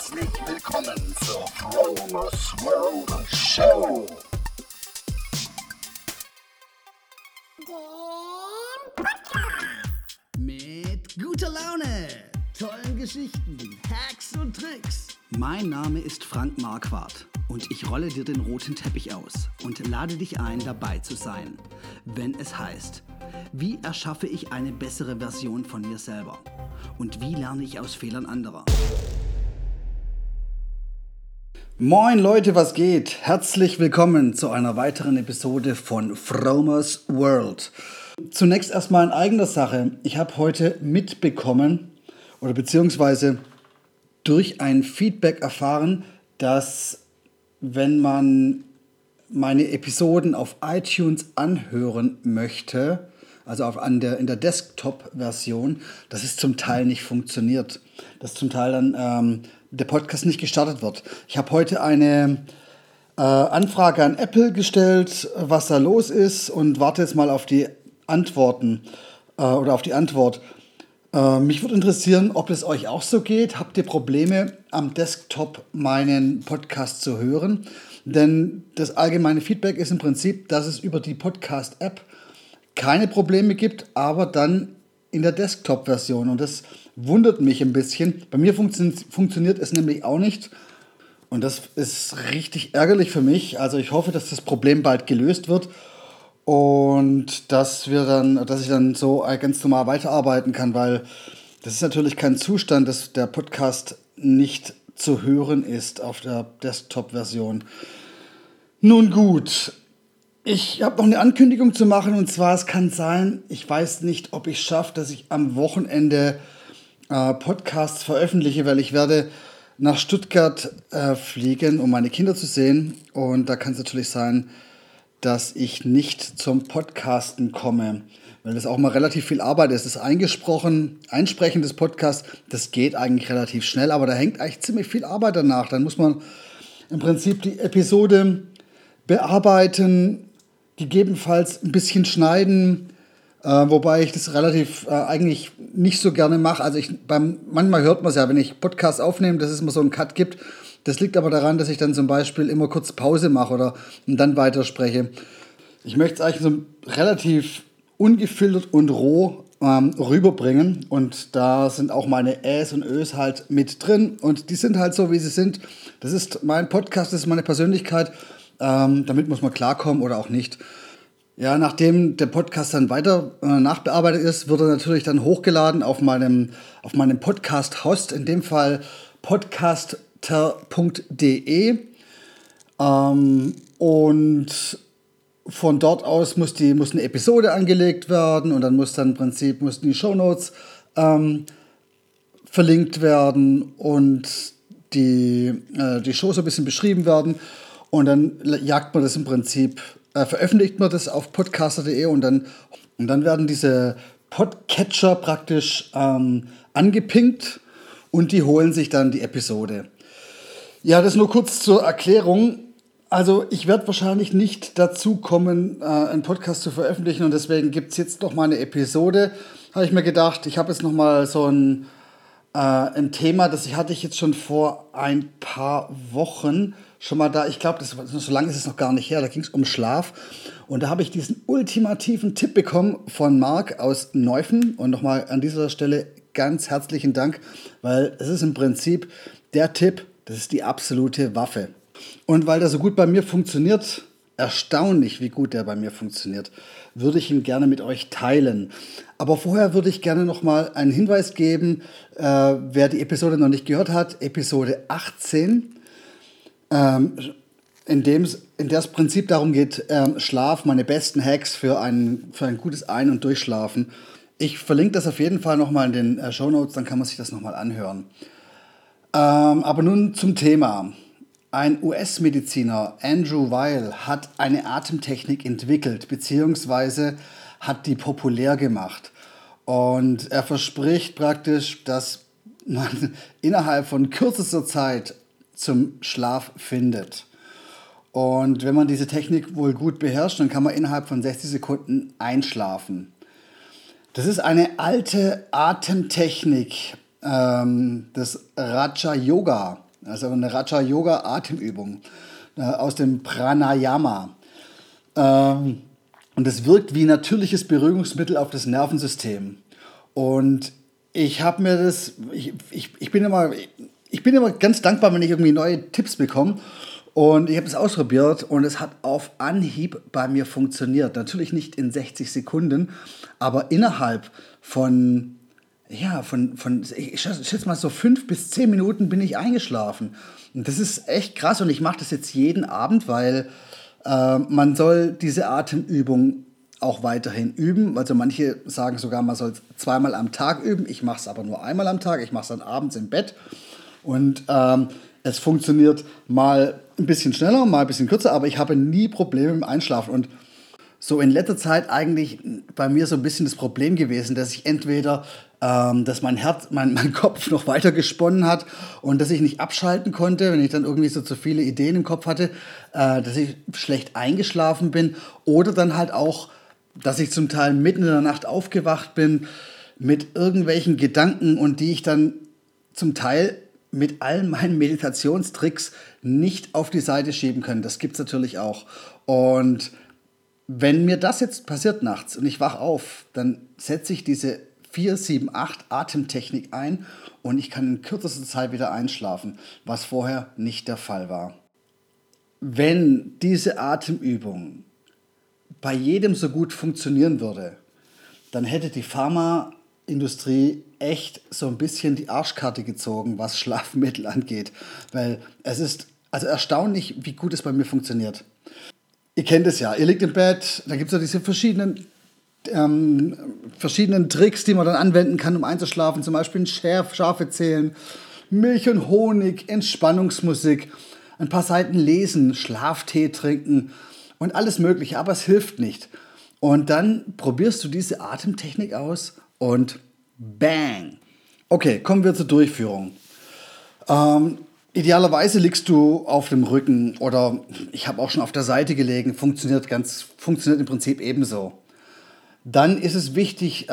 Herzlich willkommen zur Fromers World Show. Mit guter Laune, tollen Geschichten, Hacks und Tricks. Mein Name ist Frank Marquardt und ich rolle dir den roten Teppich aus und lade dich ein, dabei zu sein, wenn es heißt: Wie erschaffe ich eine bessere Version von mir selber? Und wie lerne ich aus Fehlern anderer? Moin Leute, was geht? Herzlich willkommen zu einer weiteren Episode von Fromers World. Zunächst erstmal in eigener Sache. Ich habe heute mitbekommen oder beziehungsweise durch ein Feedback erfahren, dass wenn man meine Episoden auf iTunes anhören möchte, also in der Desktop-Version, dass es zum Teil nicht funktioniert. Dass zum Teil dann der Podcast nicht gestartet wird. Ich habe heute eine Anfrage an Apple gestellt, was da los ist, und warte jetzt mal auf die Antworten oder auf die Antwort. Mich würde interessieren, ob es euch auch so geht. Habt ihr Probleme, am Desktop meinen Podcast zu hören? Denn das allgemeine Feedback ist im Prinzip, dass es über die Podcast-App keine Probleme gibt, aber dann in der Desktop-Version. Und das wundert mich ein bisschen. Bei mir funktioniert es nämlich auch nicht. Und das ist richtig ärgerlich für mich. Also ich hoffe, dass das Problem bald gelöst wird und dass ich dann so ganz normal weiterarbeiten kann, weil das ist natürlich kein Zustand, dass der Podcast nicht zu hören ist auf der Desktop-Version. Nun gut. Ich habe noch eine Ankündigung zu machen, und zwar, es kann sein, ich weiß nicht, ob ich es schaffe, dass ich am Wochenende Podcasts veröffentliche, weil ich werde nach Stuttgart fliegen, um meine Kinder zu sehen, und da kann es natürlich sein, dass ich nicht zum Podcasten komme, weil das auch mal relativ viel Arbeit ist. Das Einsprechen des Podcasts, das geht eigentlich relativ schnell, aber da hängt eigentlich ziemlich viel Arbeit danach. Dann muss man im Prinzip die Episode bearbeiten, gegebenenfalls ein bisschen schneiden, wobei ich das relativ eigentlich nicht so gerne mache. Also manchmal hört man es ja, wenn ich Podcasts aufnehme, dass es immer so einen Cut gibt. Das liegt aber daran, dass ich dann zum Beispiel immer kurz Pause mache und dann weiterspreche. Ich möchte es eigentlich so relativ ungefiltert und roh rüberbringen, und da sind auch meine Äs und Ös halt mit drin, und die sind halt so, wie sie sind. Das ist mein Podcast, das ist meine Persönlichkeit. Damit muss man klarkommen oder auch nicht. Ja, nachdem der Podcast dann weiter nachbearbeitet ist, wird er natürlich dann hochgeladen auf meinem Podcast-Host, in dem Fall podcaster.de. Und von dort aus muss eine Episode angelegt werden, und dann mussten die Shownotes verlinkt werden und die Show so ein bisschen beschrieben werden. Und dann veröffentlicht man das auf podcaster.de, und dann werden diese Podcatcher praktisch angepinkt, und die holen sich dann die Episode. Ja, das nur kurz zur Erklärung. Also ich werde wahrscheinlich nicht dazu kommen, einen Podcast zu veröffentlichen, und deswegen gibt es jetzt noch mal eine Episode. Habe ich mir gedacht, ich habe jetzt noch mal so ein Thema, hatte ich jetzt schon vor ein paar Wochen schon mal da. Ich glaube, so lange ist es noch gar nicht her. Da ging es um Schlaf. Und da habe ich diesen ultimativen Tipp bekommen von Marc aus Neuffen. Und nochmal an dieser Stelle ganz herzlichen Dank, weil es ist im Prinzip der Tipp, das ist die absolute Waffe. Und weil der so gut bei mir funktioniert, erstaunlich, wie gut der bei mir funktioniert, würde ich ihn gerne mit euch teilen. Aber vorher würde ich gerne noch mal einen Hinweis geben, wer die Episode noch nicht gehört hat, Episode 18, in der es Prinzip darum geht, Schlaf, meine besten Hacks für ein gutes Ein- und Durchschlafen. Ich verlinke das auf jeden Fall noch mal in den Shownotes, dann kann man sich das noch mal anhören. Aber nun zum Thema. Ein US-Mediziner, Andrew Weil, hat eine Atemtechnik entwickelt, beziehungsweise hat die populär gemacht. Und er verspricht praktisch, dass man innerhalb von kürzester Zeit zum Schlaf findet. Und wenn man diese Technik wohl gut beherrscht, dann kann man innerhalb von 60 Sekunden einschlafen. Das ist eine alte Atemtechnik des Raja Yoga. Also eine Raja-Yoga-Atemübung aus dem Pranayama. Und es wirkt wie natürliches Beruhigungsmittel auf das Nervensystem. Und ich habe mir das, ich bin immer ganz dankbar, wenn ich irgendwie neue Tipps bekomme. Und ich habe es ausprobiert und es hat auf Anhieb bei mir funktioniert. Natürlich nicht in 60 Sekunden, aber innerhalb von, ich schätze mal so 5 bis 10 Minuten bin ich eingeschlafen. Und das ist echt krass und ich mache das jetzt jeden Abend, weil man soll diese Atemübung auch weiterhin üben. Also manche sagen sogar, man soll es zweimal am Tag üben. Ich mache es aber nur einmal am Tag. Ich mache es dann abends im Bett. Und es funktioniert mal ein bisschen schneller, mal ein bisschen kürzer, aber ich habe nie Probleme im Einschlafen. Und so in letzter Zeit eigentlich bei mir so ein bisschen das Problem gewesen, dass ich entweder, dass mein Herz, mein Kopf noch weiter gesponnen hat und dass ich nicht abschalten konnte, wenn ich dann irgendwie so zu viele Ideen im Kopf hatte, dass ich schlecht eingeschlafen bin oder dann halt auch, dass ich zum Teil mitten in der Nacht aufgewacht bin mit irgendwelchen Gedanken und die ich dann zum Teil mit all meinen Meditationstricks nicht auf die Seite schieben können. Das gibt es natürlich auch. Und wenn mir das jetzt passiert nachts und ich wach auf, dann setze ich diese 4, 7, 8 Atemtechnik ein und ich kann in kürzester Zeit wieder einschlafen, was vorher nicht der Fall war. Wenn diese Atemübung bei jedem so gut funktionieren würde, dann hätte die Pharmaindustrie echt so ein bisschen die Arschkarte gezogen, was Schlafmittel angeht. Weil es ist also erstaunlich, wie gut es bei mir funktioniert. Ihr kennt es ja, ihr liegt im Bett, da gibt es ja diese verschiedenen Tricks, die man dann anwenden kann, um einzuschlafen. Zum Beispiel ein Schafe zählen, Milch und Honig, Entspannungsmusik, ein paar Seiten lesen, Schlaftee trinken und alles Mögliche, aber es hilft nicht. Und dann probierst du diese Atemtechnik aus und bang! Okay, kommen wir zur Durchführung. Idealerweise liegst du auf dem Rücken oder ich habe auch schon auf der Seite gelegen, funktioniert im Prinzip ebenso. Dann ist es wichtig,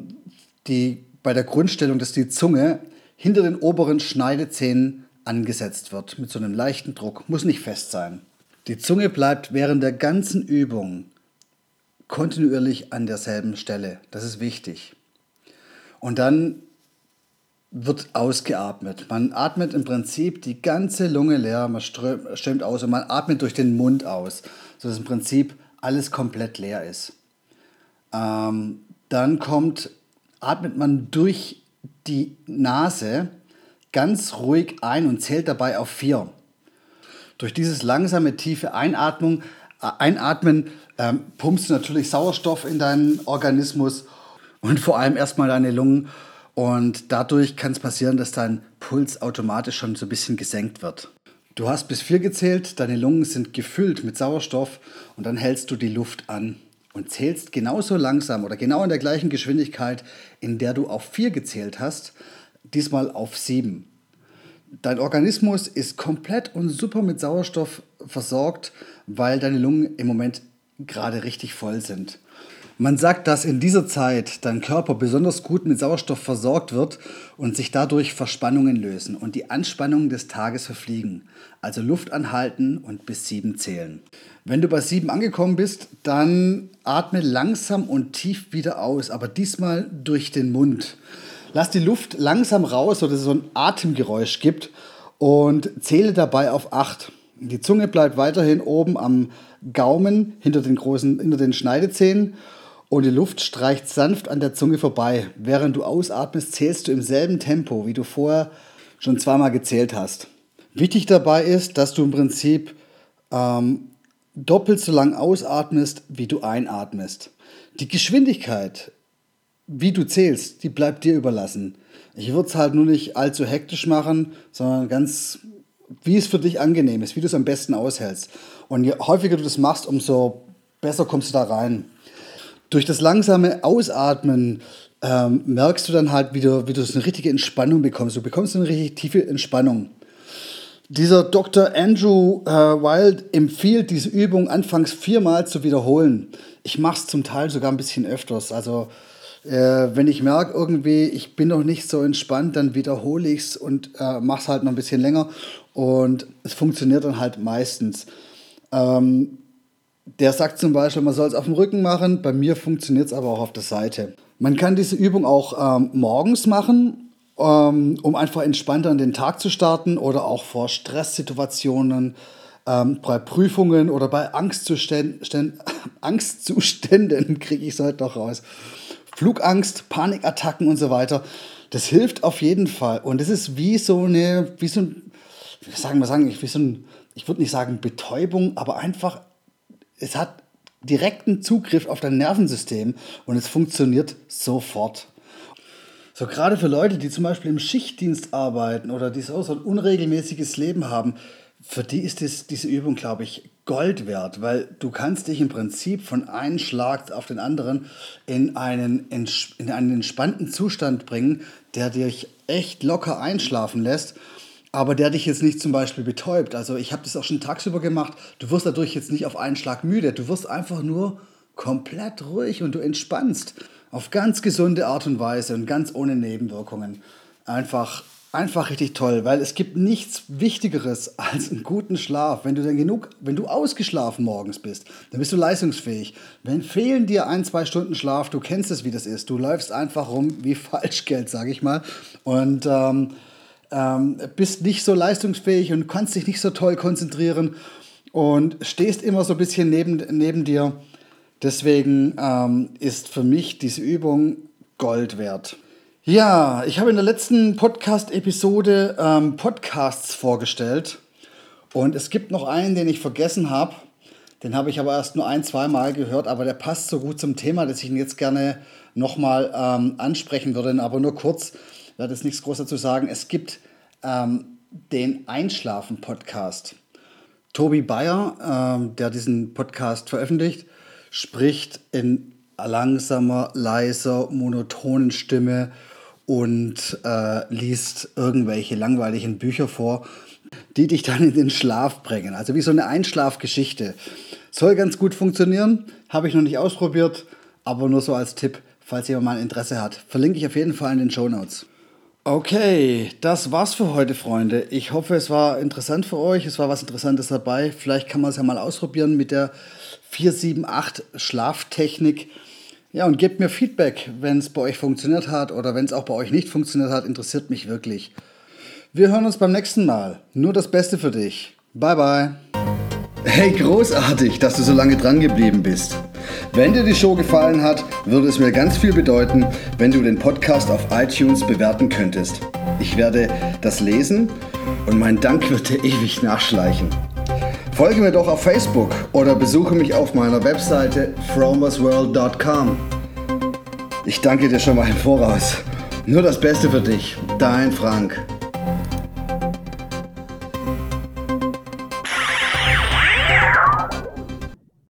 bei der Grundstellung, dass die Zunge hinter den oberen Schneidezähnen angesetzt wird, mit so einem leichten Druck, muss nicht fest sein. Die Zunge bleibt während der ganzen Übung kontinuierlich an derselben Stelle, das ist wichtig. Und dann wird ausgeatmet. Man atmet im Prinzip die ganze Lunge leer, man strömt aus und man atmet durch den Mund aus, sodass im Prinzip alles komplett leer ist. Dann atmet man durch die Nase ganz ruhig ein und zählt dabei auf 4. Durch dieses langsame, tiefe Einatmen pumpst du natürlich Sauerstoff in deinen Organismus und vor allem erstmal deine Lungen. Und dadurch kann es passieren, dass dein Puls automatisch schon so ein bisschen gesenkt wird. Du hast bis 4 gezählt, deine Lungen sind gefüllt mit Sauerstoff und dann hältst du die Luft an und zählst genauso langsam oder genau in der gleichen Geschwindigkeit, in der du auf 4 gezählt hast, diesmal auf 7. Dein Organismus ist komplett und super mit Sauerstoff versorgt, weil deine Lungen im Moment gerade richtig voll sind. Man sagt, dass in dieser Zeit dein Körper besonders gut mit Sauerstoff versorgt wird und sich dadurch Verspannungen lösen und die Anspannungen des Tages verfliegen. Also Luft anhalten und bis 7 zählen. Wenn du bei 7 angekommen bist, dann atme langsam und tief wieder aus, aber diesmal durch den Mund. Lass die Luft langsam raus, sodass es so ein Atemgeräusch gibt und zähle dabei auf 8. Die Zunge bleibt weiterhin oben am Gaumen hinter den Schneidezähnen. Und die Luft streicht sanft an der Zunge vorbei. Während du ausatmest, zählst du im selben Tempo, wie du vorher schon zweimal gezählt hast. Wichtig dabei ist, dass du im Prinzip doppelt so lang ausatmest, wie du einatmest. Die Geschwindigkeit, wie du zählst, die bleibt dir überlassen. Ich würde es halt nur nicht allzu hektisch machen, sondern ganz, wie es für dich angenehm ist, wie du es am besten aushältst. Und je häufiger du das machst, umso besser kommst du da rein. Durch das langsame Ausatmen merkst du dann halt, wie du so eine richtige Entspannung bekommst. Du bekommst eine richtig tiefe Entspannung. Dieser Dr. Andrew Wild empfiehlt diese Übung anfangs 4-mal zu wiederholen. Ich mache es zum Teil sogar ein bisschen öfters. Also Wenn ich merke irgendwie, ich bin noch nicht so entspannt, dann wiederhole ich es und mache es halt noch ein bisschen länger und es funktioniert dann halt meistens. Der sagt zum Beispiel, man soll es auf dem Rücken machen, bei mir funktioniert es aber auch auf der Seite. Man kann diese Übung auch morgens machen, um einfach entspannter in den Tag zu starten oder auch vor Stresssituationen, bei Prüfungen oder bei Angstzuständen kriege ich es heute noch raus. Flugangst, Panikattacken und so weiter. Das hilft auf jeden Fall. Und es ist wie so ein, ich würde nicht sagen Betäubung, aber einfach, es hat direkten Zugriff auf dein Nervensystem und es funktioniert sofort. So gerade für Leute, die zum Beispiel im Schichtdienst arbeiten oder die so ein unregelmäßiges Leben haben, für die ist diese Übung, glaube ich, Gold wert, weil du kannst dich im Prinzip von einem Schlag auf den anderen in einen entspannten Zustand bringen, der dich echt locker einschlafen lässt, aber der dich jetzt nicht zum Beispiel betäubt. Also ich habe das auch schon tagsüber gemacht, du wirst dadurch jetzt nicht auf einen Schlag müde, du wirst einfach nur komplett ruhig und du entspannst auf ganz gesunde Art und Weise und ganz ohne Nebenwirkungen. Einfach richtig toll, weil es gibt nichts Wichtigeres als einen guten Schlaf. Wenn du ausgeschlafen morgens bist, dann bist du leistungsfähig. Wenn fehlen dir 1-2 Stunden Schlaf, du kennst es, wie das ist. Du läufst einfach rum wie Falschgeld, sage ich mal. Und bist nicht so leistungsfähig und kannst dich nicht so toll konzentrieren und stehst immer so ein bisschen neben dir. Deswegen ist für mich diese Übung Gold wert. Ja, ich habe in der letzten Podcast-Episode Podcasts vorgestellt und es gibt noch einen, den ich vergessen habe. Den habe ich aber erst nur 1-2 Mal gehört, aber der passt so gut zum Thema, dass ich ihn jetzt gerne nochmal ansprechen würde, aber nur kurz. Ich werde jetzt nichts groß dazu sagen. Es gibt den Einschlafen-Podcast. Tobi Bayer, der diesen Podcast veröffentlicht, spricht in langsamer, leiser, monotonen Stimme und liest irgendwelche langweiligen Bücher vor, die dich dann in den Schlaf bringen. Also wie so eine Einschlafgeschichte. Soll ganz gut funktionieren, habe ich noch nicht ausprobiert, aber nur so als Tipp, falls jemand mal Interesse hat. Verlinke ich auf jeden Fall in den Shownotes. Okay, das war's für heute, Freunde. Ich hoffe, es war interessant für euch, es war was Interessantes dabei. Vielleicht kann man es ja mal ausprobieren mit der 4-7-8 Schlaftechnik. Ja, und gebt mir Feedback, wenn es bei euch funktioniert hat oder wenn es auch bei euch nicht funktioniert hat, interessiert mich wirklich. Wir hören uns beim nächsten Mal. Nur das Beste für dich. Bye, bye. Hey, großartig, dass du so lange dran geblieben bist. Wenn dir die Show gefallen hat, würde es mir ganz viel bedeuten, wenn du den Podcast auf iTunes bewerten könntest. Ich werde das lesen und mein Dank wird dir ewig nachschleichen. Folge mir doch auf Facebook oder besuche mich auf meiner Webseite fromersworld.com. Ich danke dir schon mal im Voraus. Nur das Beste für dich, dein Frank.